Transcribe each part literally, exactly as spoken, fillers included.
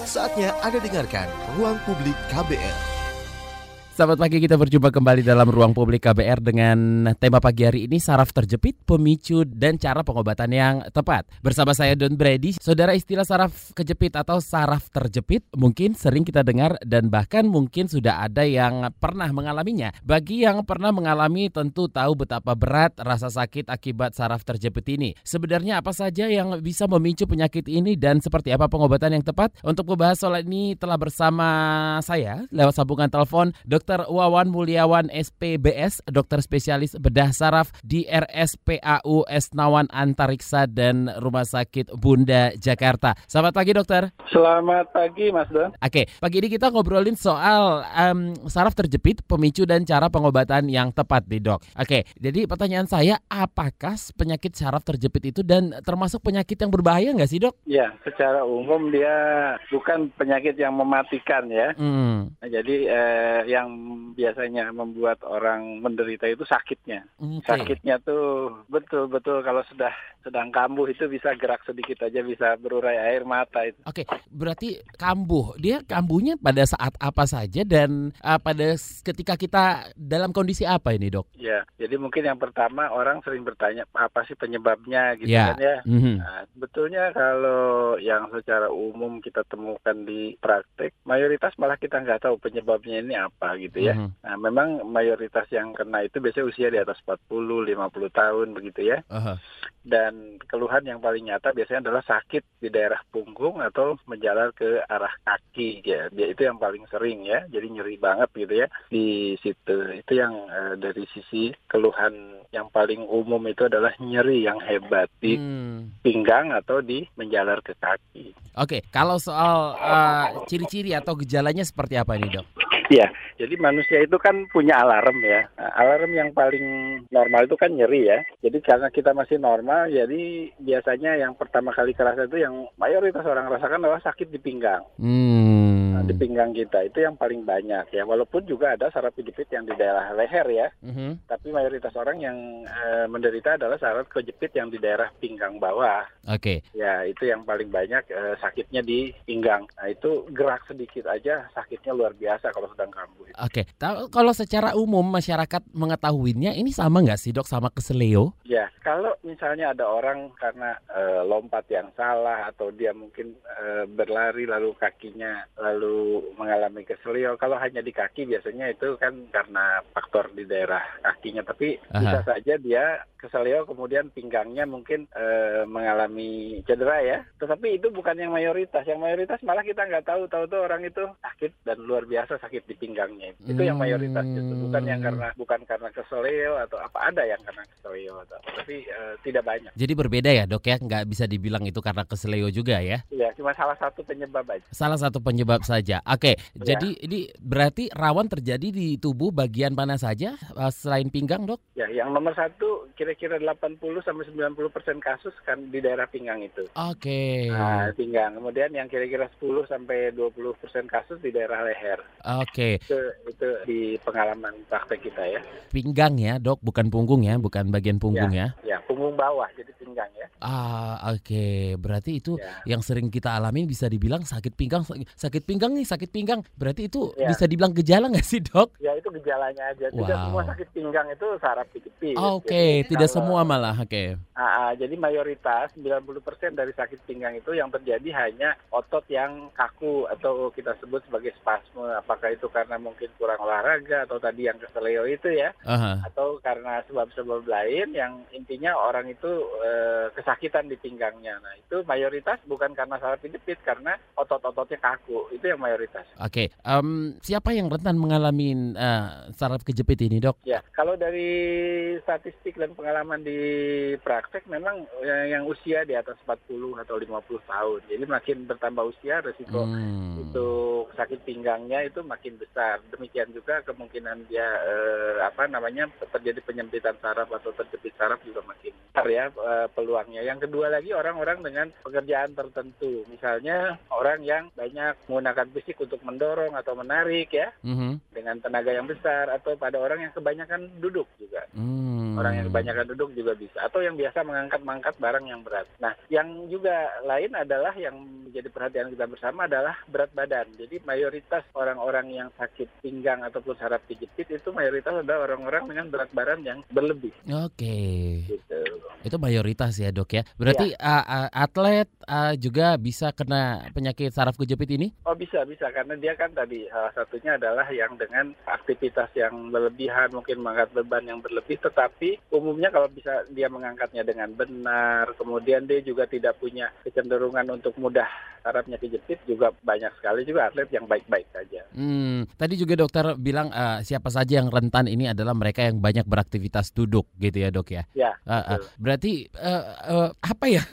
Saatnya Anda dengarkan Ruang Publik K B R. Selamat pagi, kita berjumpa kembali dalam Ruang Publik K B R dengan tema pagi hari ini saraf terjepit, pemicu dan cara pengobatan yang tepat. Bersama saya Don Brady. Saudara, istilah saraf kejepit atau saraf terjepit mungkin sering kita dengar dan bahkan mungkin sudah ada yang pernah mengalaminya. Bagi yang pernah mengalami tentu tahu betapa berat rasa sakit akibat saraf terjepit ini. Sebenarnya apa saja yang bisa memicu penyakit ini dan seperti apa pengobatan yang tepat? Untuk membahas soal ini telah bersama saya lewat sambungan telepon Dokter Wawan Mulyawan S P B S, dokter spesialis bedah saraf di R S P A U Esnawan Antariksa dan Rumah Sakit Bunda Jakarta. Selamat pagi, dokter. Selamat pagi, Mas Don. Oke, pagi ini kita ngobrolin soal um, saraf terjepit, pemicu dan cara pengobatan yang tepat nih, dok. Oke, jadi pertanyaan saya, apakah penyakit saraf terjepit itu dan termasuk penyakit yang berbahaya nggak sih, dok? Ya, secara umum dia bukan penyakit yang mematikan ya. Hmm. Nah, jadi eh, yang biasanya membuat orang menderita itu sakitnya. Okay. Sakitnya tuh betul-betul kalau sudah sedang kambuh itu bisa gerak sedikit aja bisa berurai air mata itu. Oke, berarti kambuh. Dia kambuhnya pada saat apa saja dan uh, pada ketika kita dalam kondisi apa ini, dok? Ya, jadi mungkin yang pertama orang sering bertanya apa sih penyebabnya gitu ya. kan ya. Mm-hmm. Nah, sebetulnya kalau yang secara umum kita temukan di praktek, mayoritas malah kita nggak tahu penyebabnya ini apa gitu ya. Mm-hmm. Nah, memang mayoritas yang kena itu biasanya usia di atas empat puluh, lima puluh tahun begitu ya. Uh-huh. Dan keluhan yang paling nyata biasanya adalah sakit di daerah punggung atau menjalar ke arah kaki ya. Itu yang paling sering ya. Jadi nyeri banget gitu ya di situ. Itu yang uh, dari sisi keluhan yang paling umum itu adalah nyeri yang hebat di hmm. pinggang atau di menjalar ke kaki. Oke, kalau soal uh, ciri-ciri atau gejalanya seperti apa ini, dok? Ya, jadi manusia itu kan punya alarm ya. Nah, alarm yang paling normal itu kan nyeri ya. Jadi karena kita masih normal, jadi biasanya yang pertama kali kerasa itu yang mayoritas orang rasakan adalah sakit di pinggang. Hmm. Nah, di pinggang kita itu yang paling banyak ya. Walaupun juga ada saraf kejepit yang di daerah leher ya. Mm-hmm. Tapi mayoritas orang yang e, menderita adalah saraf kejepit yang di daerah pinggang bawah. Oke. Okay. Ya, itu yang paling banyak e, sakitnya di pinggang. Nah, itu gerak sedikit aja sakitnya luar biasa kalau sedang kambuh. Oke, okay. Kalau secara umum masyarakat mengetahuinya ini sama nggak sih, dok, sama keseleo? Ya, kalau misalnya ada orang karena e, lompat yang salah atau dia mungkin e, berlari lalu kakinya lalu mengalami keseleo. Kalau hanya di kaki biasanya itu kan karena faktor di daerah kakinya, tapi Aha. bisa saja dia keseleo kemudian pinggangnya mungkin e, mengalami cedera ya. Tetapi itu bukan yang mayoritas. Yang mayoritas malah kita nggak tahu, tahu tuh orang itu sakit dan luar biasa sakit di pinggangnya. Itu hmm. yang mayoritas itu, bukan yang karena bukan karena keseleo atau apa, ada yang karena keseleo atau tapi e, tidak banyak. Jadi berbeda ya, dok ya, nggak bisa dibilang itu karena keseleo juga ya? Iya, cuma salah satu penyebab aja. Salah satu penyebab saja. Oke, ya. Jadi ini berarti rawan terjadi di tubuh bagian mana saja uh, selain pinggang, dok? Ya, yang nomor satu kira-kira delapan puluh sampai sembilan puluh persen kasus kan di daerah pinggang itu. Oke. Nah, pinggang. Kemudian yang kira-kira sepuluh sampai dua puluh persen kasus di daerah leher. Oke. Itu, itu di pengalaman praktek kita ya. Pinggang ya, dok, bukan punggung ya, bukan bagian punggung ya? Ya, ya punggung bawah jadi pinggang ya. Ah, oke. Okay. Berarti itu ya. Yang sering kita alami bisa dibilang sakit pinggang, sakit pinggang nih, sakit pinggang. Berarti itu ya. Bisa dibilang gejala nggak sih, dok? Ya, itu gejalanya aja. Tidak wow. semua sakit pinggang itu saraf kejepit. Oke, okay. Tidak kalau, semua malah, oke. Okay. Uh, uh, jadi mayoritas sembilan puluh persen dari sakit pinggang itu yang terjadi hanya otot yang kaku atau kita sebut sebagai spasme. Apakah itu karena mungkin kurang olahraga atau tadi yang keseleo itu ya, uh-huh. atau karena sebab-sebab lain yang intinya orang itu uh, kesakitan di pinggangnya. Nah, itu mayoritas bukan karena saraf kejepit, karena otot-ototnya kaku. Itu yang mayoritas. Oke, okay. um, siapa yang rentan mengalami uh, saraf kejepit ini, dok? Ya, kalau dari statistik dan pengalaman di praktek memang yang usia di atas empat puluh atau lima puluh tahun. Jadi makin bertambah usia resiko hmm. untuk sakit pinggangnya itu makin besar. Demikian juga kemungkinan dia eh, apa namanya terjadi penyempitan saraf atau terjepit saraf juga makin besar ya eh, peluangnya. Yang kedua lagi orang-orang dengan pekerjaan tertentu. Misalnya orang yang banyak menggunakan fisik untuk mendorong atau menarik ya. Mm-hmm. Dengan tenaga yang besar, atau pada orang yang kebanyakan duduk juga. Mm. Orang yang kebanyakan duduk juga bisa, atau yang biasa mengangkat-mangkat barang yang berat. Nah, yang juga lain adalah yang menjadi perhatian kita bersama adalah berat badan. Jadi mayoritas orang-orang yang sakit pinggang ataupun saraf kejepit itu mayoritas adalah orang-orang dengan berat badan yang berlebih. Oke. Gitu. Itu mayoritas ya dok ya. Berarti Ya. uh, uh, atlet uh, juga bisa kena penyakit saraf kejepit ini? Oh bisa, bisa. Karena dia kan tadi salah satunya adalah yang dengan aktivitas yang berlebihan, mungkin mengangkat beban yang berlebih, tetapi umumnya kalau bisa dia mengangkatnya dengan benar, kemudian dia juga tidak punya kecenderungan untuk mudah sarafnya kejepit, juga banyak sekali juga atlet yang baik-baik saja. Hmm, tadi juga dokter bilang uh, siapa saja yang rentan ini adalah mereka yang banyak beraktivitas duduk gitu ya dok ya? Ya, Uh, uh, berarti uh, uh, apa ya?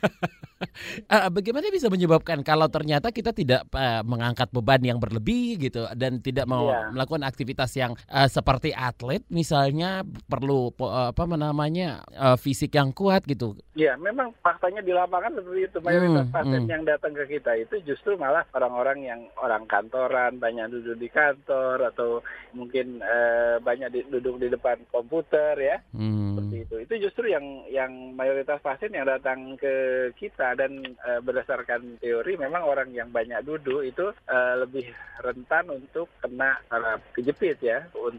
uh, bagaimana bisa menyebabkan kalau ternyata kita tidak uh, mengangkat beban yang berlebih gitu dan tidak mau ya. melakukan aktivitas yang uh, seperti atlet misalnya perlu uh, apa namanya uh, fisik yang kuat gitu. Ya, memang faktanya di lapangan seperti itu. Mayoritas Hmm, pasien hmm. yang datang ke kita itu justru malah orang-orang yang orang kantoran, banyak duduk di kantor atau mungkin eh, banyak di, duduk di depan komputer ya. Hmm. Seperti itu. Itu justru yang yang mayoritas pasien yang datang ke kita, dan eh, berdasarkan teori memang orang yang banyak duduk itu eh, lebih rentan untuk kena saraf kejepit ya,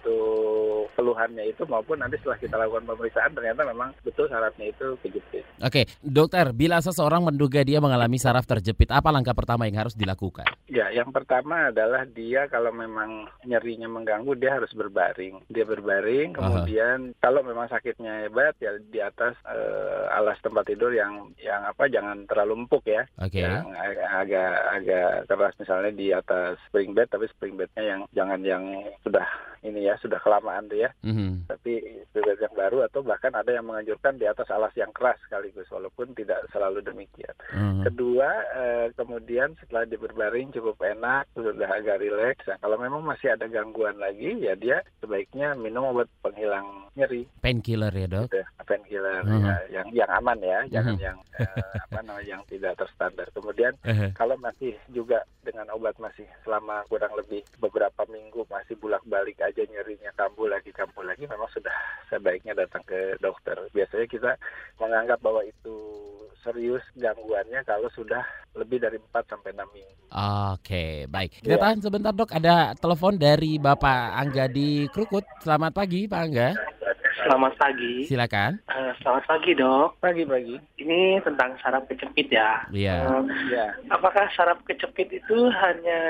untuk keluhannya itu maupun nanti setelah kita lakukan pemeriksaan ternyata memang betul sarafnya itu kejepit. Oke, dokter, bila seseorang menduga dia mengalami saraf terjepit, apa langkah pertama yang harus dilakukan? Ya, yang pertama adalah dia kalau memang nyerinya mengganggu, dia harus berbaring. Dia berbaring, kemudian uh-huh. kalau memang sakitnya hebat ya di atas uh, alas tempat tidur yang yang apa jangan terlalu empuk ya. Oke. Okay. Yang agak agak keras, misalnya di atas spring bed, tapi spring bednya yang jangan yang sudah ini ya sudah kelamaan tuh ya. Uh-huh. Tapi spring bed yang baru, atau bahkan ada yang menganjurkan di atas alas yang keras sekaligus, walaupun tidak selalu demikian. Uh-huh. Kedua, eh, kemudian setelah dia berbaring cukup enak, sudah agak rileks. Nah, kalau memang masih ada gangguan lagi, ya dia sebaiknya minum obat penghilang nyeri. Painkiller ya dok? Gitu, painkiller uh-huh. ya, yang yang aman ya, jangan uh-huh. yang eh, apa namanya yang tidak terstandar. Kemudian uh-huh. kalau masih juga dengan obat masih selama kurang lebih beberapa minggu masih bolak-balik aja nyerinya, kambuh lagi kambuh lagi, memang sudah sebaiknya datang ke dokter. Biasanya kita menganggap bahwa itu serius gangguannya kalau sudah lebih dari empat sampai enam minggu. Oke, baik. Kita ya. tahan sebentar dok, ada telepon dari Bapak Angga di Krukut. Selamat pagi Pak Angga. Selamat pagi. Silakan. Uh, selamat pagi dok. Pagi-pagi. Ini tentang saraf kejepit ya. Iya. Uh, ya. Apakah saraf kejepit itu hanya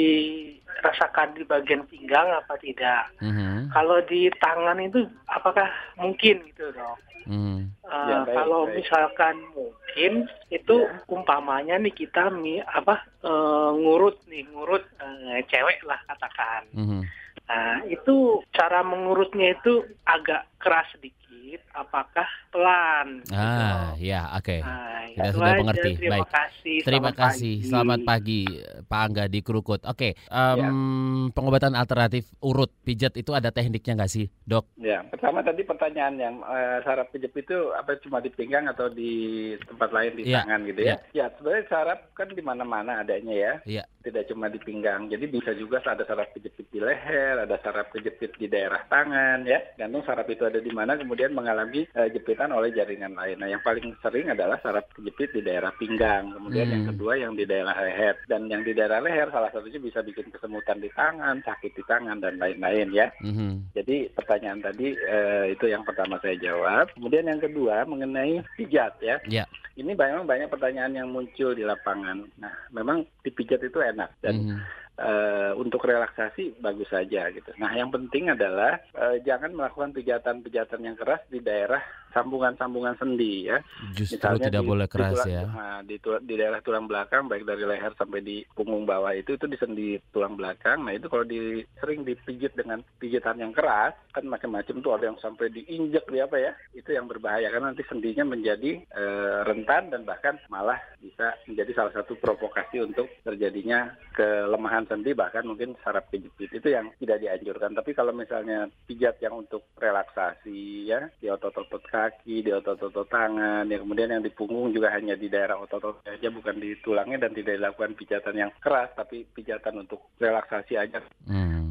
dirasakan di bagian pinggang apa tidak? Uh-huh. Kalau di tangan itu apakah mungkin gitu dok? Hmm. Uh, ya, baik, kalau baik. Misalkan mungkin itu ya. Umpamanya nih kita mi apa uh, ngurut nih ngurut uh, cewek lah katakan. Uh-huh. Nah itu cara mengurutnya itu agak keras sedikit, apakah pelan? Ah, gitu. Ya, oke. Okay. Nah, kita sudah aja. mengerti. Terima Baik. kasih. Terima selamat kasih. Pagi. Selamat pagi, Pak Angga di Krukut. Oke, okay. um, ya. Pengobatan alternatif urut pijat itu ada tekniknya nggak sih, dok? Ya, pertama tadi pertanyaan yang uh, saraf kejepit itu apa cuma di pinggang atau di tempat lain di ya. tangan gitu ya? Ya, ya sebenarnya saraf kan di mana-mana adanya ya. Iya. Tidak cuma di pinggang. Jadi bisa juga ada saraf kejepit di leher, ada saraf kejepit di daerah tangan ya. Gantung saraf itu ada di mana, kemudian mengalami uh, jepitan oleh jaringan lain. Nah, yang paling sering adalah saraf kejepit di daerah pinggang. Kemudian hmm. yang kedua yang di daerah leher. Dan yang di daerah leher salah satunya bisa bikin kesemutan di tangan, sakit di tangan dan lain-lain ya. Hmm. Jadi pertanyaan tadi uh, itu yang pertama saya jawab. Kemudian yang kedua mengenai pijat ya. Yeah. Ini memang banyak pertanyaan yang muncul di lapangan. Nah, memang dipijat itu enak dan mm-hmm. uh, untuk relaksasi bagus saja gitu. Nah, yang penting adalah uh, jangan melakukan pijatan-pijatan yang keras di daerah sambungan-sambungan sendi ya. Justru misalnya tidak di, boleh keras di tulang, ya. Nah, di, di daerah tulang belakang baik dari leher sampai di punggung bawah itu itu di sendi tulang belakang. Nah, itu kalau di, sering dipijit dengan pijitan yang keras kan macam-macam tuh, ada yang sampai diinjek di apa ya. Itu yang berbahaya karena nanti sendinya menjadi uh, rentan dan bahkan malah bisa menjadi salah satu provokasi untuk terjadinya kelemahan sendi, bahkan mungkin saraf kejepit. Itu yang tidak dianjurkan. Tapi kalau misalnya pijat yang untuk relaksasi ya, di otot-otot kaki, di otot-otot tangan, ya kemudian yang di punggung juga hanya di daerah otot-otot aja, bukan di tulangnya, dan tidak dilakukan pijatan yang keras, tapi pijatan untuk relaksasi aja. Hmm.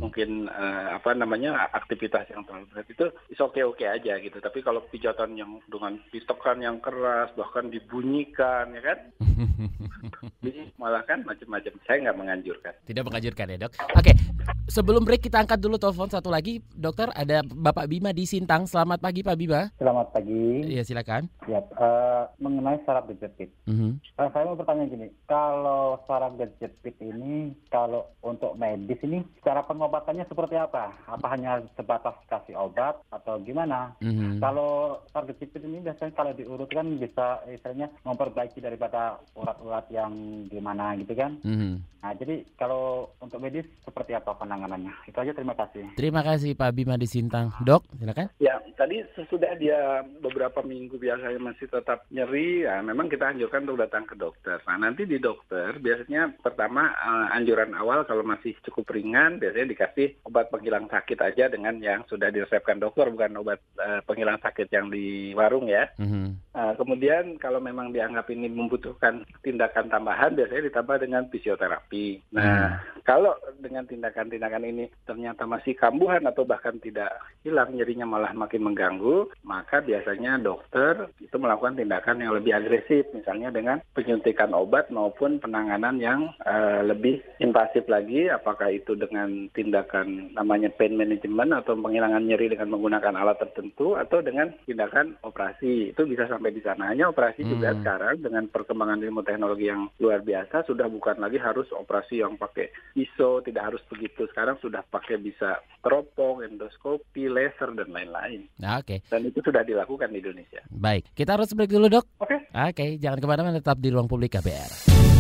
mungkin uh, apa namanya aktivitas yang terlalu berat itu is oke-oke aja gitu. Tapi kalau pijakan yang dengan pistokan yang keras bahkan dibunyikan ya kan, jadi malah kan macam-macam. Saya nggak menganjurkan. Tidak menganjurkan ya dok. Oke, sebelum break kita angkat dulu telepon satu lagi, dokter. Ada Bapak Bima di Sintang. Selamat pagi Pak Bima. Selamat pagi. Iya silakan. Ya, uh, mengenai saraf kejepit. Mm-hmm. Uh, saya mau bertanya gini, kalau saraf kejepit ini, kalau untuk medis ini, cara pengobatannya seperti apa? Apa hanya sebatas kasih obat atau gimana? Mm-hmm. Kalau saraf kejepit ini biasanya kalau diurutkan bisa istilahnya memperbaiki daripada urat-urat yang gimana gitu kan? Mm-hmm. Nah, jadi kalau untuk medis seperti apa penanganannya? Itu aja, terima kasih. Terima kasih Pak Bima di Sintang. Dok, silakan. Ya, tadi sesudah dia beberapa minggu biasanya masih tetap nyeri, ya memang kita anjurkan untuk datang ke dokter. Nah, nanti di dokter biasanya pertama uh, anjuran awal kalau masih cukup ringan, biasanya dikasih obat penghilang sakit aja dengan yang sudah diresepkan dokter, bukan obat uh, penghilang sakit yang di warung ya. Mm-hmm. Uh, kemudian kalau memang dianggap ini membutuhkan tindakan tambahan, biasanya ditambah dengan fisioterapi. Nah, mm. kalau dengan tindakan-tindakan ini ternyata masih kambuhan atau bahkan tidak hilang, nyerinya malah makin mengganggu, maka biasanya dokter itu melakukan tindakan yang lebih agresif, misalnya dengan penyuntikan obat maupun penanganan yang uh, lebih invasif lagi, apakah itu dengan tindakan namanya pain management atau penghilangan nyeri dengan menggunakan alat tertentu, atau dengan tindakan operasi. Itu bisa sampai di sana. Hanya operasi hmm. juga sekarang dengan perkembangan ilmu teknologi yang luar biasa, sudah bukan lagi harus operasi yang pakai I S O, tidak harus begitu. Sekarang sudah pakai bisa teropong, endoskopi, laser, dan lain-lain. Nah, oke. Okay. Dan itu sudah dilakukan di Indonesia. Baik, kita harus break dulu dok. Oke. Okay. Oke, okay, jangan kemana-mana, tetap di Ruang Publik K B R.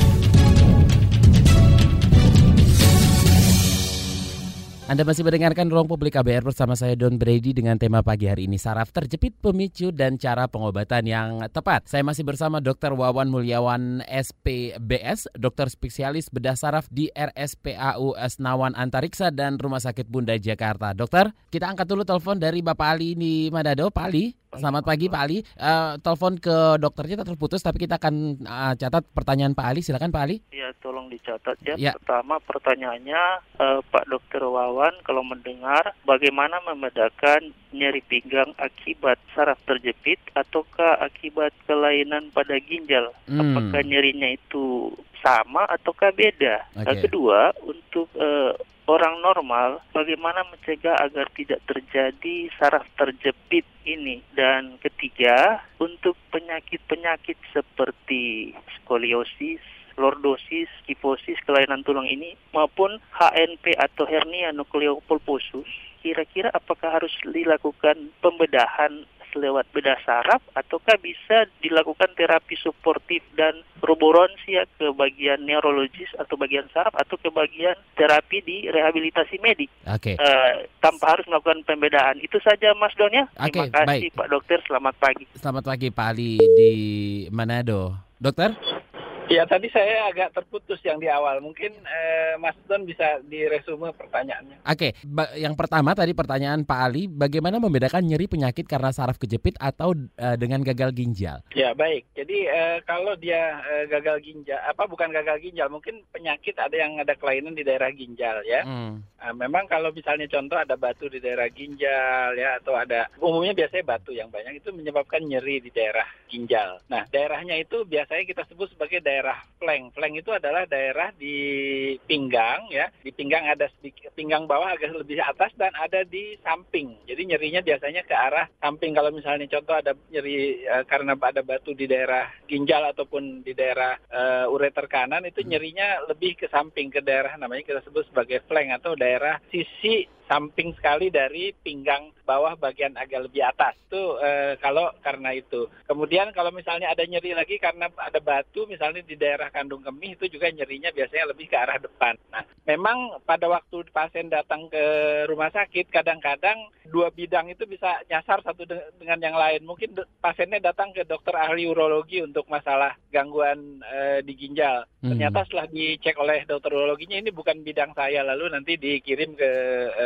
Anda masih mendengarkan Ruang Publik K B R bersama saya Don Brady dengan tema pagi hari ini saraf terjepit, pemicu dan cara pengobatan yang tepat. Saya masih bersama dokter Wawan Mulyawan S P B S, dokter spesialis bedah saraf di R S P A U Asnawan Antariksa dan Rumah Sakit Bunda Jakarta. Dokter, kita angkat dulu telepon dari Bapak Ali di Manado. Pak Ali, selamat pagi Pak Ali. Uh, telepon ke dokternya terputus, tapi kita akan uh, catat pertanyaan Pak Ali. Silakan Pak Ali. Ya, tolong dicatat ya. ya. Pertama pertanyaannya, uh, Pak Dokter Wawan, kalau mendengar bagaimana membedakan nyeri pinggang akibat saraf terjepit ataukah akibat kelainan pada ginjal? Hmm. Apakah nyerinya itu sama ataukah beda? Okay. Yang kedua, untuk uh, orang normal, bagaimana mencegah agar tidak terjadi saraf terjepit ini? Dan ketiga, untuk penyakit-penyakit seperti skoliosis, lordosis, kifosis, kelainan tulang ini, maupun H N P atau hernia nukleopulposus, kira-kira apakah harus dilakukan pembedahan lewat bedah saraf ataukah bisa dilakukan terapi suportif dan roboronsia ke bagian neurologis atau bagian saraf atau ke bagian terapi di rehabilitasi medik. Oke. Okay. Uh, tanpa harus melakukan pembedahan. Itu saja Mas Don ya. Okay, Terima kasih baik. Pak Dokter. Selamat pagi. Selamat pagi Pak Ali di Manado. Dokter? Ya, tadi saya agak terputus yang di awal. Mungkin eh, Mas Don bisa diresume pertanyaannya. Oke, ba- yang pertama tadi pertanyaan Pak Ali, bagaimana membedakan nyeri penyakit karena saraf kejepit atau uh, dengan gagal ginjal? Ya, baik. Jadi eh, kalau dia eh, gagal ginjal, apa bukan gagal ginjal, mungkin penyakit ada yang ada kelainan di daerah ginjal ya. Hmm. Nah, memang kalau misalnya contoh ada batu di daerah ginjal ya, atau ada umumnya biasanya batu yang banyak itu menyebabkan nyeri di daerah ginjal. Nah, daerahnya itu biasanya kita sebut sebagai daerah daerah flank. Flank itu adalah daerah di pinggang ya. Di pinggang ada sedikit, pinggang bawah agak lebih atas dan ada di samping. Jadi nyerinya biasanya ke arah samping. Kalau misalnya contoh ada nyeri uh, karena ada batu di daerah ginjal ataupun di daerah uh, ureter kanan, itu nyerinya lebih ke samping, ke daerah namanya kita sebut sebagai flank atau daerah sisi samping sekali dari pinggang bawah bagian agak lebih atas. Itu e, kalau karena itu. Kemudian kalau misalnya ada nyeri lagi karena ada batu misalnya di daerah kandung kemih, itu juga nyerinya biasanya lebih ke arah depan. Nah, memang pada waktu pasien datang ke rumah sakit kadang-kadang dua bidang itu bisa nyasar satu dengan yang lain. Mungkin pasiennya datang ke dokter ahli urologi untuk masalah gangguan e, di ginjal. Hmm. Ternyata setelah dicek oleh dokter urologinya ini bukan bidang saya, lalu nanti dikirim ke e,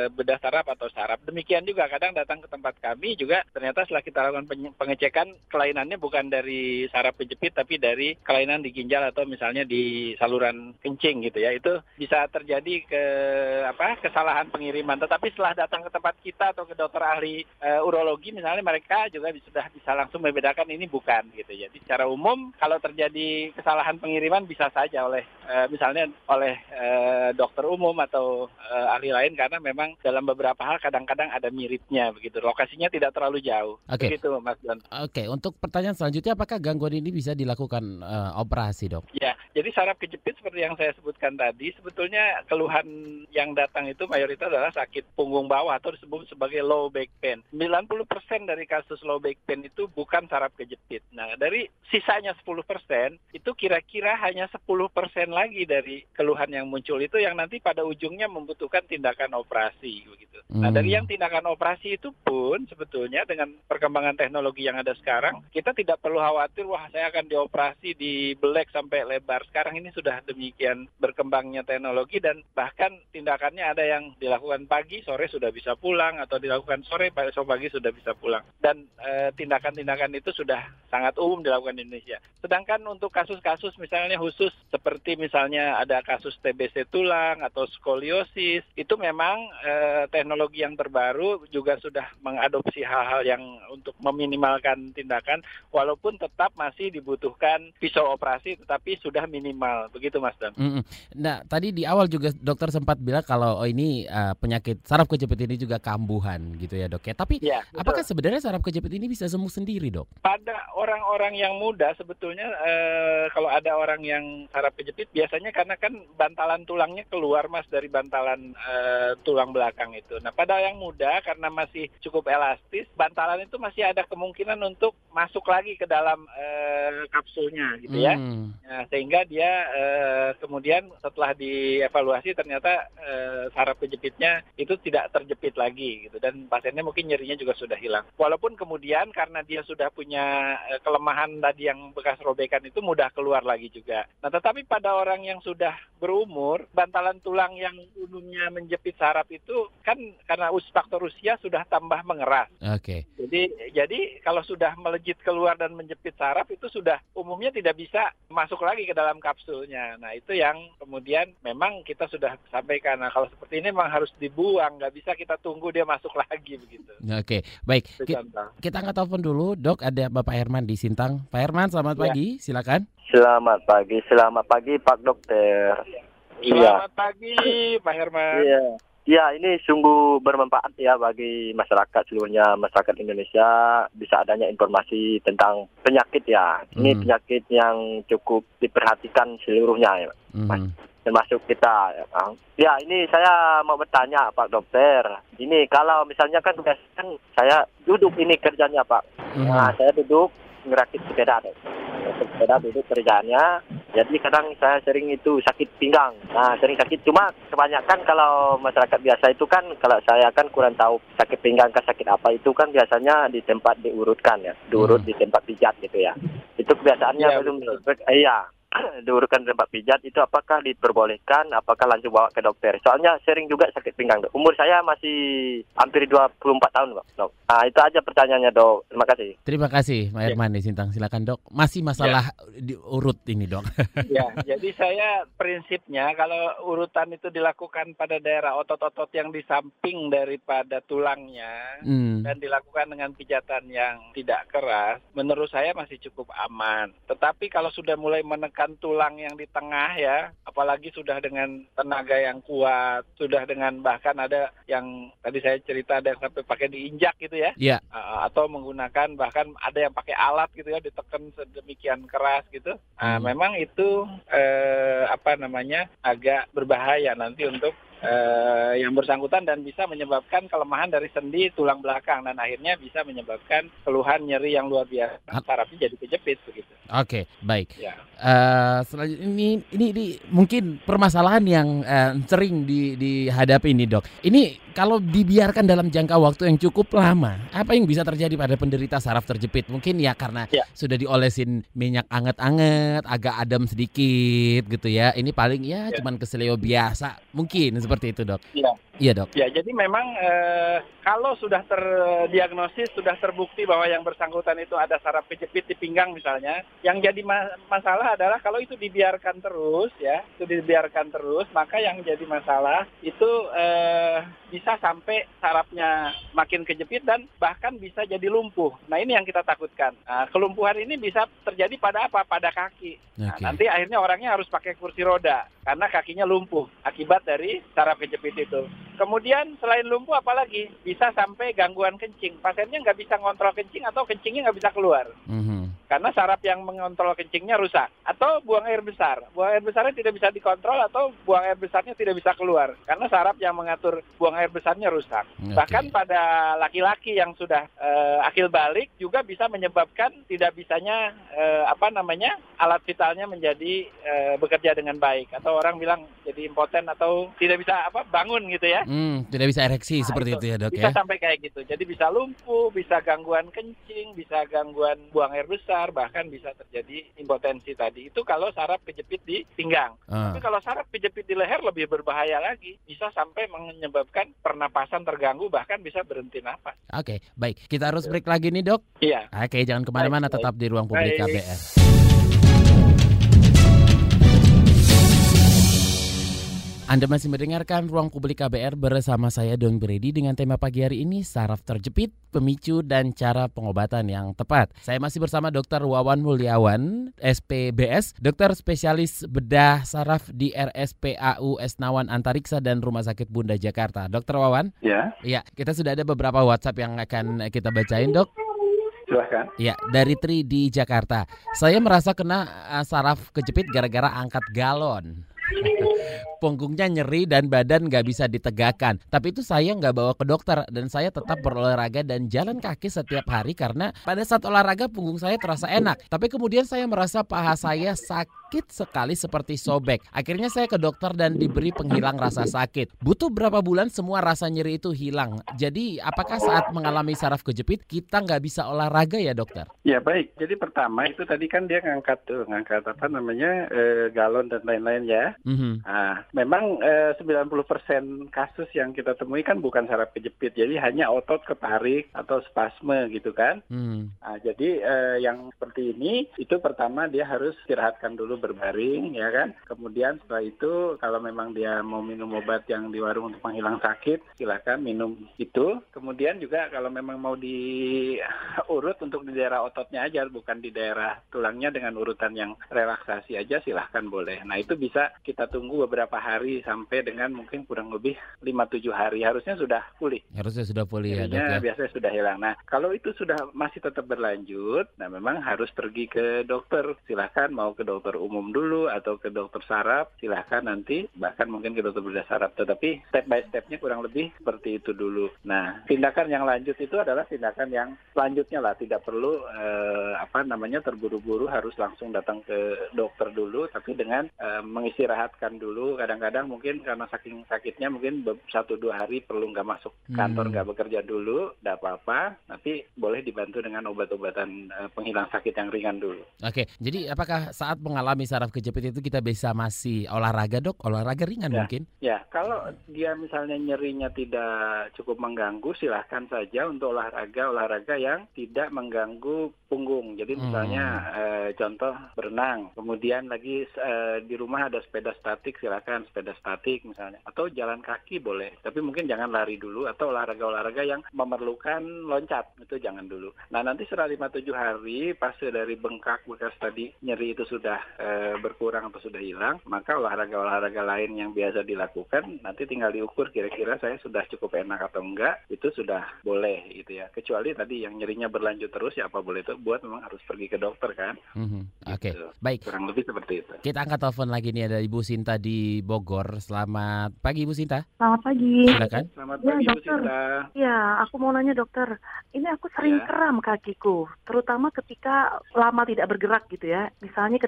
bedah saraf atau saraf. Demikian juga kadang datang ke tempat kami juga ternyata setelah kita lakukan pengecekan kelainannya bukan dari saraf kejepit tapi dari kelainan di ginjal atau misalnya di saluran kencing gitu ya. Itu bisa terjadi ke apa kesalahan pengiriman. Tetapi setelah datang ke tempat kita atau ke dokter ahli uh, urologi misalnya mereka juga sudah bisa langsung membedakan ini bukan gitu. Jadi secara umum kalau terjadi kesalahan pengiriman bisa saja oleh uh, misalnya oleh uh, dokter umum atau uh, ahli lain karena memang dalam beberapa hal kadang-kadang ada miripnya begitu. Lokasinya tidak terlalu jauh. Oke. Begitu Mas Don. Oke, untuk pertanyaan selanjutnya apakah gangguan ini bisa dilakukan uh, operasi, Dok? Ya, jadi saraf kejepit seperti yang saya sebutkan tadi sebetulnya keluhan yang datang itu mayoritas adalah sakit punggung bawah atau disebut sebagai low back pain. sembilan puluh persen dari kasus low back pain itu bukan saraf kejepit. Nah, dari sisanya sepuluh persen itu kira-kira hanya sepuluh persen lagi dari keluhan yang muncul itu yang nanti pada ujungnya membutuhkan tindakan operasi begitu. Hmm. Nah, dari yang tindakan operasi itu pun sebetulnya dengan perkembangan teknologi yang ada sekarang, kita tidak perlu khawatir wah saya akan dioperasi di belek sampai lebar. Sekarang ini sudah demikian berkembangnya teknologi dan bahkan tindakannya ada yang dilakukan pagi, sore sudah bisa pulang atau dilakukan sore, besok pagi sudah bisa pulang. Dan e, tindakan-tindakan itu sudah sangat umum dilakukan di Indonesia. Sedangkan untuk kasus-kasus misalnya khusus seperti misalnya ada kasus T B C tulang atau skoliosis, itu memang e, teknologi yang terbaru juga sudah mengadopsi hal-hal yang untuk meminimalkan tindakan walaupun tetap masih dibutuhkan pisau operasi tetapi sudah minimal. Begitu Mas Dan. Mm-mm. Nah, tadi di awal juga dokter sempat bilang kalau oh, ini uh, penyakit saraf kejepit ini juga kambuhan gitu ya, Dok ya. Tapi ya, apakah sebenarnya saraf kejepit ini bisa sembuh sendiri, Dok? Pada orang-orang yang muda sebetulnya uh, kalau ada orang yang saraf kejepit biasanya karena kan bantalan tulangnya keluar Mas dari bantalan uh, tulang belakang itu. Nah, pada yang muda karena masih cukup elastis, bantalan itu masih ada kemungkinan untuk masuk lagi ke dalam uh, kapsulnya gitu ya. Hmm. Nah, sehingga dia uh, kemudian setelah dievaluasi ternyata uh, saraf kejepitnya itu tidak terjepit lagi gitu dan pasiennya mungkin nyerinya juga sudah hilang. Walaupun kemudian karena dia sudah punya uh, kelemahan tadi yang bekas robekan itu mudah keluar lagi juga. Nah, tetapi pada orang yang sudah berumur, bantalan tulang yang umumnya menjepit saraf itu kan karena us faktor usia sudah tambah mengeras. Oke. Okay. Jadi jadi kalau sudah melejit keluar dan menjepit saraf itu sudah umumnya tidak bisa masuk lagi ke dalam kapsulnya. Nah, itu yang kemudian memang kita sudah sampaikan. Nah, kalau seperti ini memang harus dibuang, nggak bisa kita tunggu dia masuk lagi begitu. Oke, baik. Kita, kita angkat telepon dulu, Dok. Ada Bapak Herman di Sintang. Pak Herman, selamat ya. Pagi. Silakan. Selamat pagi, selamat pagi Pak Dokter. Selamat ya. Pagi Pak Herman. Iya. Ya, ini sungguh bermanfaat ya bagi masyarakat seluruhnya, masyarakat Indonesia bisa adanya informasi tentang penyakit ya. Ini mm. penyakit yang cukup diperhatikan seluruhnya ya, mm. termasuk kita. Ya, ya, ini saya mau bertanya Pak Dokter. Ini kalau misalnya kan kan saya duduk ini kerjanya Pak. Mm. Nah, saya duduk ngerakit sepeda deh. Sepeda duduk kerjanya. Jadi kadang saya sering itu sakit pinggang. Nah, sering sakit. Cuma kebanyakan kalau masyarakat biasa itu kan, kalau saya kan kurang tahu sakit pinggang ke sakit apa itu kan biasanya di tempat diurutkan ya. Diurut hmm. di tempat pijat gitu ya. Itu kebiasaannya ya, belum. Iya. Diurutkan tempat pijat itu apakah diperbolehkan, apakah langsung bawa ke dokter? Soalnya sering juga sakit pinggang, Dok. Umur saya masih hampir dua puluh empat tahun, Dok. Nah, itu aja pertanyaannya, Dok. Terima kasih. Terima kasih, Pak Herman di Sintang. Silakan, Dok. Masih masalah ya. Diurut ini, Dok. Ya, jadi saya prinsipnya kalau urutan itu dilakukan pada daerah otot-otot yang di samping daripada tulangnya hmm. dan dilakukan dengan pijatan yang tidak keras, menurut saya masih cukup aman. Tetapi kalau sudah mulai menekan kan tulang yang di tengah ya, apalagi sudah dengan tenaga yang kuat, sudah dengan bahkan ada yang tadi saya cerita ada yang sampai pakai diinjak gitu ya, yeah. uh, atau menggunakan bahkan ada yang pakai alat gitu ya, ditekan sedemikian keras gitu. Nah, hmm. memang itu uh, apa namanya agak berbahaya nanti untuk Uh, yang bersangkutan dan bisa menyebabkan kelemahan dari sendi tulang belakang dan akhirnya bisa menyebabkan keluhan nyeri yang luar biasa, sarafnya jadi kejepit begitu. Oke, baik. Ya. Uh, selanjutnya ini, ini ini mungkin permasalahan yang uh, sering di, dihadapi ini, Dok. Ini kalau dibiarkan dalam jangka waktu yang cukup lama, apa yang bisa terjadi pada penderita saraf terjepit? Mungkin ya karena ya. sudah diolesin minyak anget-anget, agak adem sedikit gitu ya. Ini paling ya, ya. cuman keseleo biasa, mungkin seperti itu, Dok. Iya, Iya dok. Ya, jadi memang eh, kalau sudah terdiagnosis, sudah terbukti bahwa yang bersangkutan itu ada saraf kejepit di pinggang misalnya, yang jadi ma- masalah adalah kalau itu dibiarkan terus, ya, itu dibiarkan terus, maka yang jadi masalah itu eh, bisa sampai sarafnya makin kejepit dan bahkan bisa jadi lumpuh. Nah ini yang kita takutkan. Nah, kelumpuhan ini bisa terjadi pada apa? Pada kaki. Nah, Okay. nanti akhirnya orangnya harus pakai kursi roda karena kakinya lumpuh akibat dari saraf kejepit itu. Kemudian selain lumpuh apalagi bisa sampai gangguan kencing. Pasiennya nggak bisa ngontrol kencing atau kencingnya nggak bisa keluar. Mm-hmm. Karena saraf yang mengontrol kencingnya rusak. Atau buang air besar. Buang air besarnya tidak bisa dikontrol atau buang air besarnya tidak bisa keluar. Karena saraf yang mengatur buang air besarnya rusak. Okay. Bahkan pada laki-laki yang sudah uh, akil balik juga bisa menyebabkan tidak bisanya uh, apa namanya alat vitalnya menjadi uh, bekerja dengan baik. Atau orang bilang jadi impoten atau tidak bisa apa bangun gitu ya. Hmm, tidak bisa ereksi Nah, seperti itu, itu ya dok bisa ya. sampai kayak gitu. Jadi bisa lumpuh, bisa gangguan kencing, bisa gangguan buang air besar, bahkan bisa terjadi impotensi tadi. Itu kalau saraf kejepit di pinggang. Ah. Tapi kalau saraf kejepit di leher lebih berbahaya lagi. Bisa sampai menyebabkan pernapasan terganggu, bahkan bisa berhenti napas. Oke, baik. Kita harus break lagi nih dok. Iya. Oke, jangan kemana-mana, Baik, tetap di Ruang Publik Baik. K B R. Anda masih mendengarkan Ruang Publik K B R bersama saya Don Brady dengan tema pagi hari ini saraf terjepit, pemicu dan cara pengobatan yang tepat. Saya masih bersama Dokter Wawan Mulyawan, S P B S, dokter spesialis bedah saraf di R S P A U Esnawan Antariksa dan Rumah Sakit Bunda Jakarta. Dokter Wawan? Ya, Iya, kita sudah ada beberapa WhatsApp yang akan kita bacain, Dok. silahkan. Ya, dari Tri di Jakarta. Saya merasa kena uh, saraf kejepit gara-gara angkat galon. Punggungnya nyeri dan badan nggak bisa ditegakkan. Tapi itu saya nggak bawa ke dokter dan saya tetap berolahraga dan jalan kaki setiap hari karena pada saat olahraga punggung saya terasa enak. Tapi kemudian saya merasa paha saya sakit sekali seperti sobek. Akhirnya saya ke dokter dan diberi penghilang rasa sakit. Butuh berapa bulan semua rasa nyeri itu hilang. Jadi apakah saat mengalami saraf kejepit kita nggak bisa olahraga ya dokter? Ya baik, jadi pertama itu tadi kan dia ngangkat tuh, ngangkat apa namanya eh, galon dan lain-lain ya. Mm-hmm. Nah, memang eh, sembilan puluh persen kasus yang kita temui kan bukan saraf kejepit, jadi hanya otot ketarik atau spasme gitu kan. Mm. Nah, jadi eh, yang seperti ini itu pertama dia harus istirahatkan dulu berbaring ya kan. Kemudian setelah itu kalau memang dia mau minum obat yang di warung untuk menghilang sakit, silakan minum itu. Kemudian juga kalau memang mau diurut untuk di daerah ototnya aja, bukan di daerah tulangnya dengan urutan yang relaksasi aja, silahkan boleh. Nah itu bisa kita tunggu beberapa hari sampai dengan mungkin kurang lebih lima tujuh hari harusnya sudah pulih. Harusnya sudah pulih ya dok Jadinya ya. biasanya sudah hilang. Nah kalau itu sudah masih tetap berlanjut, nah memang harus pergi ke dokter. Silahkan mau ke dokter umum dulu atau ke dokter saraf, silahkan nanti bahkan mungkin ke dokter bedah saraf. Tetapi step by stepnya kurang lebih seperti itu dulu. Nah tindakan yang lanjut itu adalah tindakan yang selanjutnya lah, tidak perlu eh, apa namanya terburu-buru harus langsung datang ke dokter dulu, tapi dengan eh, mengistirahatkan dulu. Kadang-kadang mungkin karena saking sakitnya mungkin satu dua hari perlu nggak masuk kantor, nggak hmm. bekerja dulu, nggak apa-apa. Nanti boleh dibantu dengan obat-obatan uh, penghilang sakit yang ringan dulu. Oke, jadi apakah saat mengalami saraf kejepit itu kita bisa masih olahraga dok? Olahraga ringan ya, mungkin? Ya, kalau dia misalnya nyerinya tidak cukup mengganggu, silahkan saja untuk olahraga olahraga yang tidak mengganggu punggung. Jadi misalnya hmm. uh, contoh berenang, kemudian lagi uh, di rumah ada sepeda statik, silakan sepeda statik misalnya, atau jalan kaki boleh, tapi mungkin jangan lari dulu, atau olahraga-olahraga yang memerlukan loncat itu jangan dulu. Nah nanti setelah lima tujuh hari fase dari bengkak bekas tadi nyeri itu sudah e, berkurang atau sudah hilang, maka olahraga-olahraga lain yang biasa dilakukan nanti tinggal diukur kira-kira saya sudah cukup enak atau enggak, itu sudah boleh gitu ya. Kecuali tadi yang nyerinya berlanjut terus ya apa boleh itu buat memang harus pergi ke dokter kan. Mm-hmm. Oke, gitu. Baik. Kurang lebih seperti itu. Kita angkat telepon lagi nih, ada Ibu Sinta di Bogor. Selamat pagi Ibu Sinta. Selamat pagi. Silakan. Selamat Ya, pagi Bu dokter. Sinta. Ya, aku mau nanya dokter. Ini aku sering Ya. kram kakiku, terutama ketika lama tidak bergerak gitu ya. Misalnya ketika bangun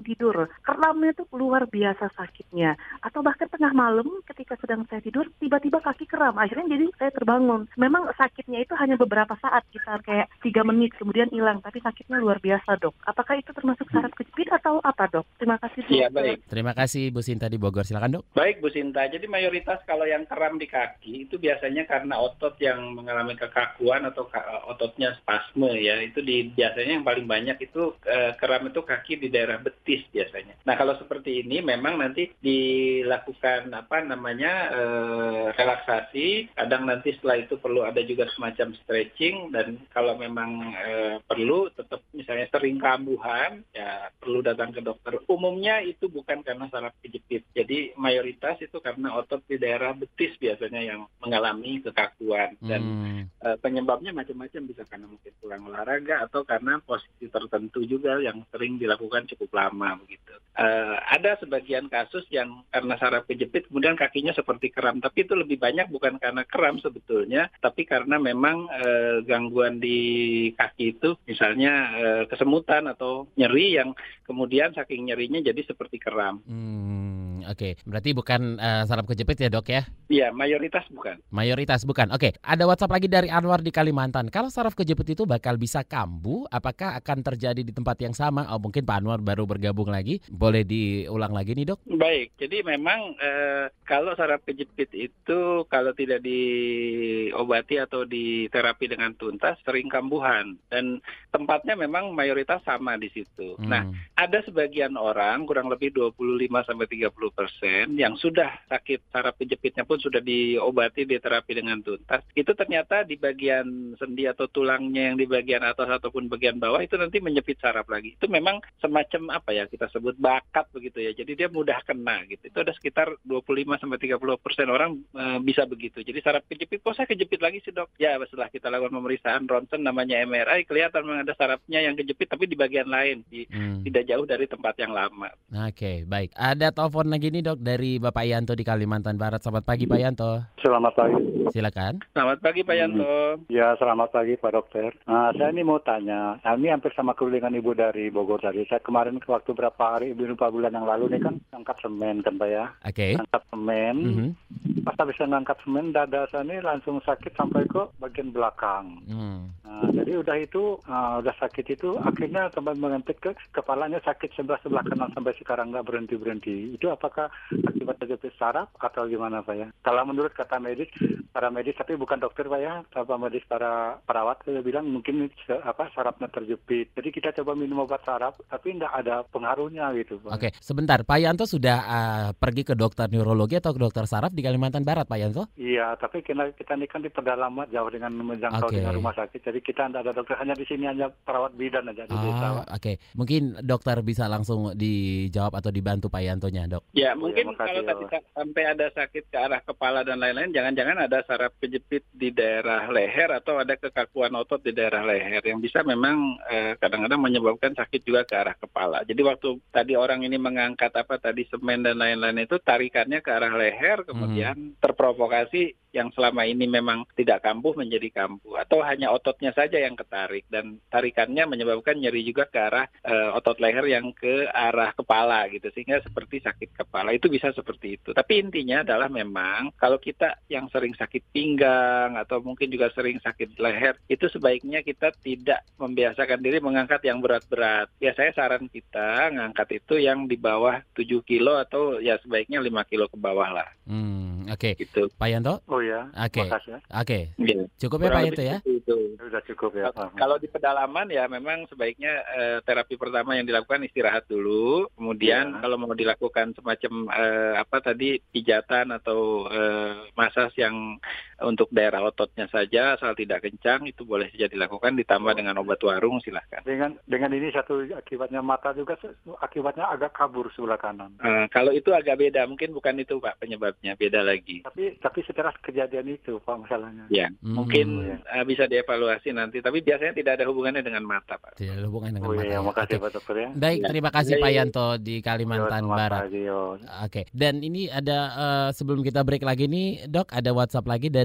sebelum tidur. Keramnya tuh luar biasa sakitnya. Atau bahkan tengah malam ketika sedang saya tidur, tiba-tiba kaki kram. Akhirnya jadi saya terbangun. Memang sakitnya itu hanya beberapa saat, sekitar kayak tiga menit, kemudian hilang. Tapi sakitnya luar biasa, Dok. Apakah itu termasuk saraf kejepit atau apa, Dok? Terima kasih, Dok. Iya, baik. Terima kasih Bu Sinta di Bogor. Silakan, Dok. Baik, Bu Sinta. Jadi mayoritas kalau yang kram di kaki itu biasanya karena otot yang mengalami kekakuan atau ototnya spasme ya. Itu di biasanya yang paling banyak itu eh, kram itu kaki di daerah betis biasanya. Nah, kalau seperti ini memang nanti dilakukan apa namanya eh, relaksasi. Kadang nanti setelah itu perlu ada juga semacam stretching, dan kalau memang eh, perlu tetap misalnya sering kambuhan ya perlu datang ke dokter. Umumnya itu bukan karena saraf kejepit. Jadi mayoritas itu karena otot di daerah betis biasanya yang mengalami kekakuan, dan hmm. eh, penyebabnya macam-macam, bisa karena mungkin kurang olahraga atau karena posisi tertentu juga yang sering dilakukan cukup lama begitu. Uh, ada sebagian kasus yang karena saraf kejepit kemudian kakinya seperti kram, tapi itu lebih banyak bukan karena kram sebetulnya, tapi karena memang uh, gangguan di kaki itu misalnya uh, kesemutan atau nyeri yang kemudian saking nyerinya jadi seperti kram. Hmm, oke, okay. Berarti bukan uh, saraf kejepit ya, Dok ya? Iya, mayoritas bukan. Mayoritas bukan. Oke, okay. Ada WhatsApp lagi dari Anwar di Kalimantan. Kalau saraf kejepit itu bakal bisa kambuh, apakah akan terjadi di tempat yang sama? Oh, mungkin Pak Anwar baru bergabung lagi. Boleh diulang lagi nih, Dok? Baik, jadi memang eh, kalau saraf kejepit itu kalau tidak diobati atau diterapi dengan tuntas sering kambuhan, dan tempatnya memang mayoritas sama di situ. Hmm. Nah, ada sebagian orang kurang lebih dua puluh lima sampai tiga puluh persen yang sudah sakit saraf kejepitnya pun sudah diobati, diterapi dengan tuntas. Itu ternyata di bagian sendi atau tulangnya yang di bagian atas ataupun bagian bawah itu nanti menyepit saraf lagi. Itu memang semacam apa ya, kita sebut bakat begitu ya. Jadi dia mudah kena gitu. Itu ada sekitar dua puluh lima sampai tiga puluh persen orang e, bisa begitu. Jadi saraf kejepit, kok saya kejepit lagi sih, Dok? Ya, setelah kita lakukan pemeriksaan ronsen namanya M R I, kelihatan memang ada sarafnya yang kejepit tapi di bagian lain, di, hmm. tidak jauh dari tempat yang lama. Oke, okay, baik. Ada telepon lagi nih, Dok, dari Bapak Yanto di Kalimantan Barat. Selamat pagi, Pak Yanto. Selamat pagi. Silakan. Selamat pagi, Pak Yanto. Hmm. Ya, selamat pagi, Pak Dokter. Nah, saya ini mau tanya. Nah, ini hampir sama dengan Ibu dari Bogor tadi. Saya kemarin waktu berapa hari, beberapa bulan yang lalu nih kan angkat semen kan, Pak ya. Oke. Okay. Angkat semen. Mm-hmm. Pas habis angkat semen, dada saya ini langsung sakit sampai ke bagian belakang. Mm. Nah, jadi udah itu, uh, udah sakit itu, akhirnya sampai mengentik ke kepalanya sakit sebelah sebelah kanan sampai sekarang nggak berhenti berhenti. Itu apakah akibat kejepit saraf atau gimana, Pak ya? Kalau menurut kata medis, para medis tapi bukan dokter, Pak ya, para medis, para perawat saya bilang mungkin apa sarafnya terjepit. Jadi kita coba minum obat saraf, tapi nggak ada pengaruhnya gitu, Pak. Oke, sebentar, Pak Yanto sudah uh, pergi ke dokter neurologi atau ke dokter saraf di Kalimantan Barat, Pak Yanto? Iya, tapi kita kita ini kan di pedalaman jauh dengan menjangkau okay. dengan rumah sakit, jadi kita tidak ada dokter, hanya di sini hanya perawat bidan aja di desa. Ah, oke, okay. Mungkin dokter bisa langsung dijawab atau dibantu Pak Yantonya, Dok. Ya, mungkin ya, kalau tadi ya. Sampai ada sakit ke arah kepala dan lain-lain, jangan-jangan ada saraf kejepit di daerah leher atau ada kekakuan otot di daerah leher yang bisa memang eh, kadang-kadang menyebabkan sakit juga ke arah kepala. Jadi waktu tadi orang ini mengangkat apa tadi semen dan lain-lain itu tarikannya ke arah leher, kemudian hmm. terprovokasi yang selama ini memang tidak kambuh menjadi kambuh, atau hanya ototnya saja yang ketarik dan tarikannya menyebabkan nyeri juga ke arah uh, otot leher yang ke arah kepala gitu, sehingga seperti sakit kepala. Itu bisa seperti itu. Tapi intinya adalah memang kalau kita yang sering sakit pinggang atau mungkin juga sering sakit leher, itu sebaiknya kita tidak membiasakan diri mengangkat yang berat-berat. Ya, saya saran kita ngangkat itu yang di bawah tujuh kilo atau ya sebaiknya lima kilo ke bawah lah. Hmm, oke. Okay. Gitu. Pak Yanto? Oh ya. Oke. Okay. Oke. Okay. Ya. Cukup ya Pak Yanto ya? Itu. Sudah cukup ya. Kalau di pedalaman ya memang sebaiknya eh, terapi pertama yang dilakukan istirahat dulu. Kemudian ya. Kalau mau dilakukan semacam eh, apa tadi pijatan atau eh, masas yang untuk daerah ototnya saja asal tidak kencang, itu boleh saja dilakukan ditambah oh. dengan obat warung, silahkan. Dengan dengan ini satu akibatnya mata juga akibatnya agak kabur sebelah kanan. Uh, kalau itu agak beda, mungkin bukan itu Pak penyebabnya, beda lagi. Tapi tapi setelah kejadian itu Pak masalahnya. Ya, hmm. mungkin ya. Uh, bisa dievaluasi nanti, tapi biasanya tidak ada hubungannya dengan mata Pak. Tidak ada hubungannya dengan oh, mata. Iya, makasih Pak Dokter ya. Baik, ya. Terima kasih ya, Pak Yanto di Kalimantan yo, Barat. Oke, okay. Dan ini ada uh, sebelum kita break lagi nih Dok, ada WhatsApp lagi dari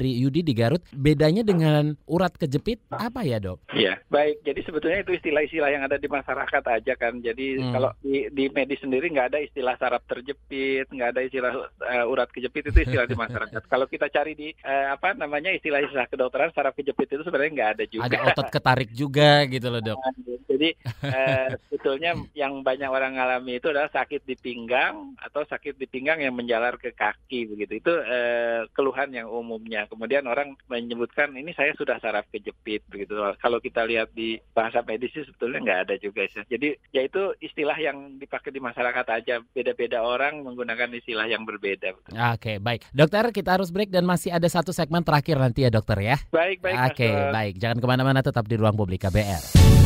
dari Yudi di Garut. Bedanya dengan urat kejepit apa ya, Dok? Iya, baik. Jadi sebetulnya itu istilah-istilah yang ada di masyarakat aja kan. Jadi hmm. kalau di, di medis sendiri nggak ada istilah saraf terjepit, nggak ada istilah uh, urat kejepit, itu istilah di masyarakat. Kalau kita cari di uh, apa namanya istilah-istilah kedokteran, saraf kejepit itu sebenarnya nggak ada juga. Ada otot ketarik juga gitu loh, Dok. Jadi uh, sebetulnya yang banyak orang alami itu adalah sakit di pinggang atau sakit di pinggang yang menjalar ke kaki begitu. Itu uh, keluhan yang umumnya. Kemudian orang menyebutkan ini saya sudah saraf kejepit begitu. Kalau kita lihat di bahasa medis sebetulnya nggak ada juga. Jadi ya itu istilah yang dipakai di masyarakat aja. Beda-beda orang menggunakan istilah yang berbeda. Betul. Oke, baik. Dokter, kita harus break dan masih ada satu segmen terakhir nanti ya, dokter ya. Baik, baik. Oke, baik. Jangan kemana-mana, tetap di Ruang Publik K B R.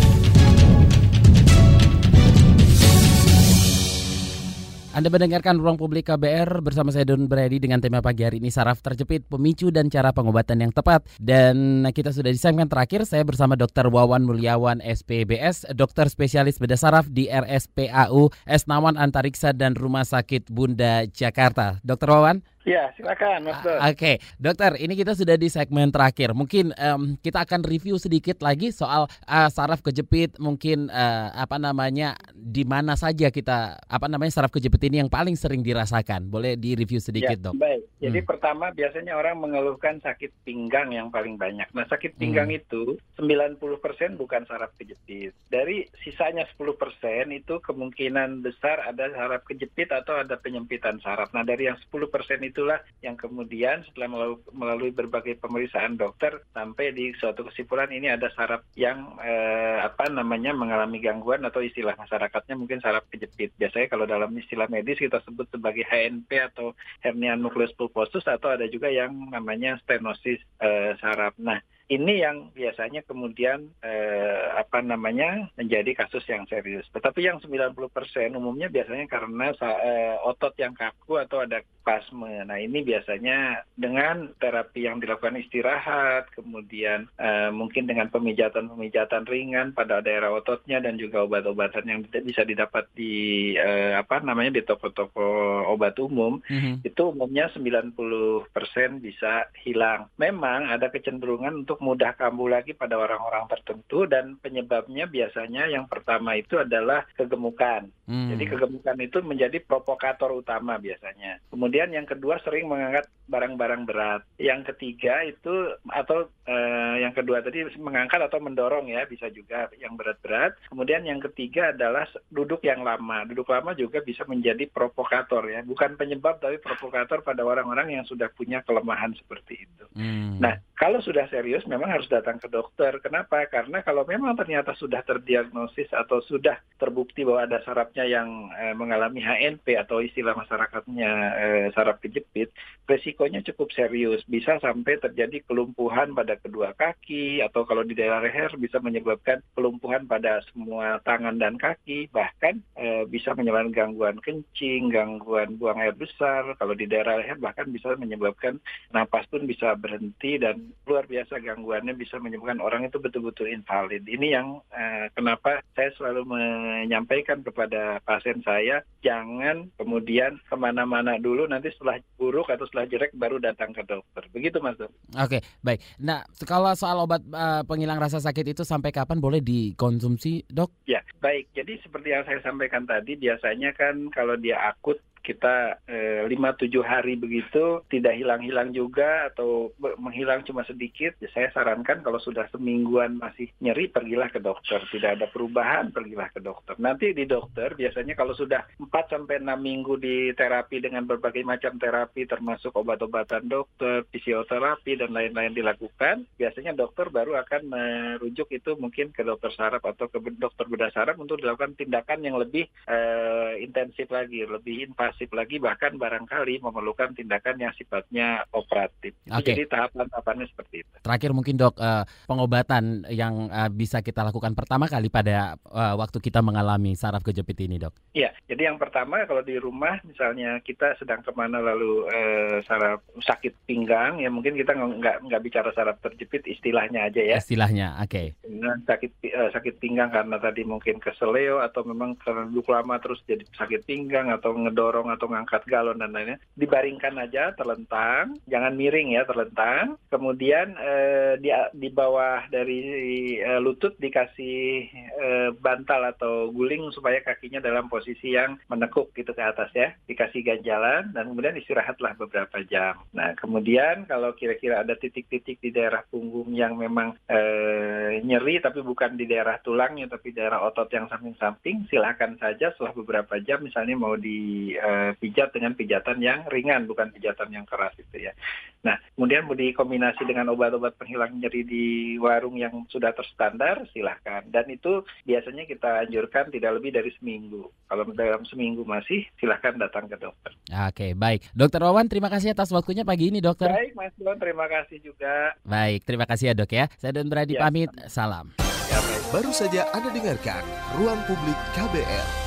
Anda mendengarkan Ruang Publik K B R bersama saya Don Brady dengan tema pagi hari ini saraf terjepit, pemicu dan cara pengobatan yang tepat. Dan kita sudah di segmen terakhir, saya bersama Dokter Wawan Mulyawan S P B S, dokter spesialis bedah saraf di R S P A U Esnawan Antariksa dan Rumah Sakit Bunda Jakarta. Dokter Wawan? Ya, silakan Mas Don. Oke, okay. Dokter, ini kita sudah di segmen terakhir. Mungkin um, kita akan review sedikit lagi soal uh, saraf kejepit. Mungkin uh, apa namanya, di mana saja kita apa namanya saraf kejepit ini yang paling sering dirasakan. Boleh di-review sedikit, ya, Dok? Baik. Jadi hmm. pertama biasanya orang mengeluhkan sakit pinggang yang paling banyak. Nah, sakit pinggang hmm. itu sembilan puluh persen bukan saraf kejepit. Dari sisanya sepuluh persen itu kemungkinan besar ada saraf kejepit atau ada penyempitan saraf. Nah, dari yang sepuluh persen itulah yang kemudian setelah melalui, melalui berbagai pemeriksaan dokter sampai di suatu kesimpulan ini ada saraf yang eh, apa namanya mengalami gangguan atau istilah masyarakatnya mungkin saraf kejepit. Biasanya kalau dalam istilah medis kita sebut sebagai H N P atau hernia nukleus pulposus, atau ada juga yang namanya stenosis eh, saraf. Nah, ini yang biasanya kemudian eh, apa namanya menjadi kasus yang serius. Tetapi yang sembilan puluh persen umumnya biasanya karena eh, otot yang kaku atau ada spasme. Nah, ini biasanya dengan terapi yang dilakukan istirahat, kemudian eh, mungkin dengan pemijatan-pemijatan ringan pada daerah ototnya dan juga obat-obatan yang bisa didapat di eh, apa namanya di toko-toko obat umum, mm-hmm. itu umumnya sembilan puluh persen bisa hilang. Memang ada kecenderungan untuk mudah kambuh lagi pada orang-orang tertentu, dan penyebabnya biasanya yang pertama itu adalah kegemukan. Hmm. Jadi kegemukan itu menjadi provokator utama biasanya. Kemudian yang kedua sering mengangkat barang-barang berat. Yang ketiga itu atau eh, yang kedua tadi mengangkat atau mendorong ya, bisa juga yang berat-berat. Kemudian yang ketiga adalah duduk yang lama. Duduk lama juga bisa menjadi provokator ya, bukan penyebab tapi provokator pada orang-orang yang sudah punya kelemahan seperti itu. Hmm. Nah, kalau sudah serius memang harus datang ke dokter. Kenapa? Karena kalau memang ternyata sudah terdiagnosis atau sudah terbukti bahwa ada sarafnya yang eh, mengalami H N P atau istilah masyarakatnya eh, saraf kejepit, resikonya cukup serius. Bisa sampai terjadi kelumpuhan pada kedua kaki, atau kalau di daerah leher bisa menyebabkan kelumpuhan pada semua tangan dan kaki. Bahkan eh, bisa menyebabkan gangguan kencing, gangguan buang air besar. Kalau di daerah leher bahkan bisa menyebabkan napas pun bisa berhenti, dan luar biasa gangguannya bisa menyebabkan orang itu betul-betul invalid. Ini yang eh, kenapa saya selalu menyampaikan kepada pasien saya, jangan kemudian kemana-mana dulu, nanti setelah buruk atau setelah jelek baru datang ke dokter. Begitu, Mas. Oke, baik. Nah, kalau soal obat uh, penghilang rasa sakit itu sampai kapan boleh dikonsumsi, Dok? Ya, baik. Jadi seperti yang saya sampaikan tadi, biasanya kan kalau dia akut kita eh, lima tujuh hari begitu tidak hilang-hilang juga atau menghilang cuma sedikit, ya saya sarankan kalau sudah semingguan masih nyeri, pergilah ke dokter. Tidak ada perubahan, pergilah ke dokter. Nanti di dokter biasanya kalau sudah empat sampai enam minggu di terapi dengan berbagai macam terapi termasuk obat-obatan dokter, fisioterapi dan lain-lain dilakukan, biasanya dokter baru akan merujuk itu mungkin ke dokter saraf atau ke dokter bedah saraf untuk dilakukan tindakan yang lebih eh, intensif lagi, lebih invasif lagi, bahkan barangkali memerlukan tindakan yang sifatnya operatif. Okay. Jadi tahapan-tahapannya seperti itu. Terakhir mungkin, Dok, uh, pengobatan yang uh, bisa kita lakukan pertama kali pada uh, waktu kita mengalami saraf kejepit ini, Dok. Iya, jadi yang pertama kalau di rumah misalnya kita sedang kemana lalu uh, saraf sakit pinggang, ya mungkin kita nggak nggak bicara saraf terjepit, istilahnya aja ya. Istilahnya, oke. Okay. Nah, sakit uh, sakit pinggang karena tadi mungkin keseleo atau memang karena duduk lama terus jadi sakit pinggang atau ngedorong mendorong atau ngangkat galon dan lainnya, dibaringkan aja terlentang, jangan miring ya, terlentang. Kemudian eh, di di bawah dari eh, lutut dikasih eh, bantal atau guling supaya kakinya dalam posisi yang menekuk gitu ke atas ya, dikasih ganjalan dan kemudian istirahatlah beberapa jam. Nah kemudian kalau kira-kira ada titik-titik di daerah punggung yang memang eh, nyeri tapi bukan di daerah tulangnya tapi daerah otot yang samping-samping, silakan saja setelah beberapa jam misalnya mau dipijat dengan pijatan yang ringan, bukan pijatan yang keras itu ya. Nah kemudian mau dikombinasi dengan obat-obat penghilang nyeri di warung yang sudah terstandar, silahkan. Dan itu biasanya kita anjurkan tidak lebih dari seminggu. Kalau dalam seminggu masih, silahkan datang ke dokter. Oke, baik. Dokter Wawan, terima kasih atas waktunya pagi ini, dokter. Baik, Mas Don, terima kasih juga. Baik, terima kasih ya dok ya. Saya Don Brady ya, pamit, salam. Ya, baru saja Anda dengarkan Ruang Publik K B R.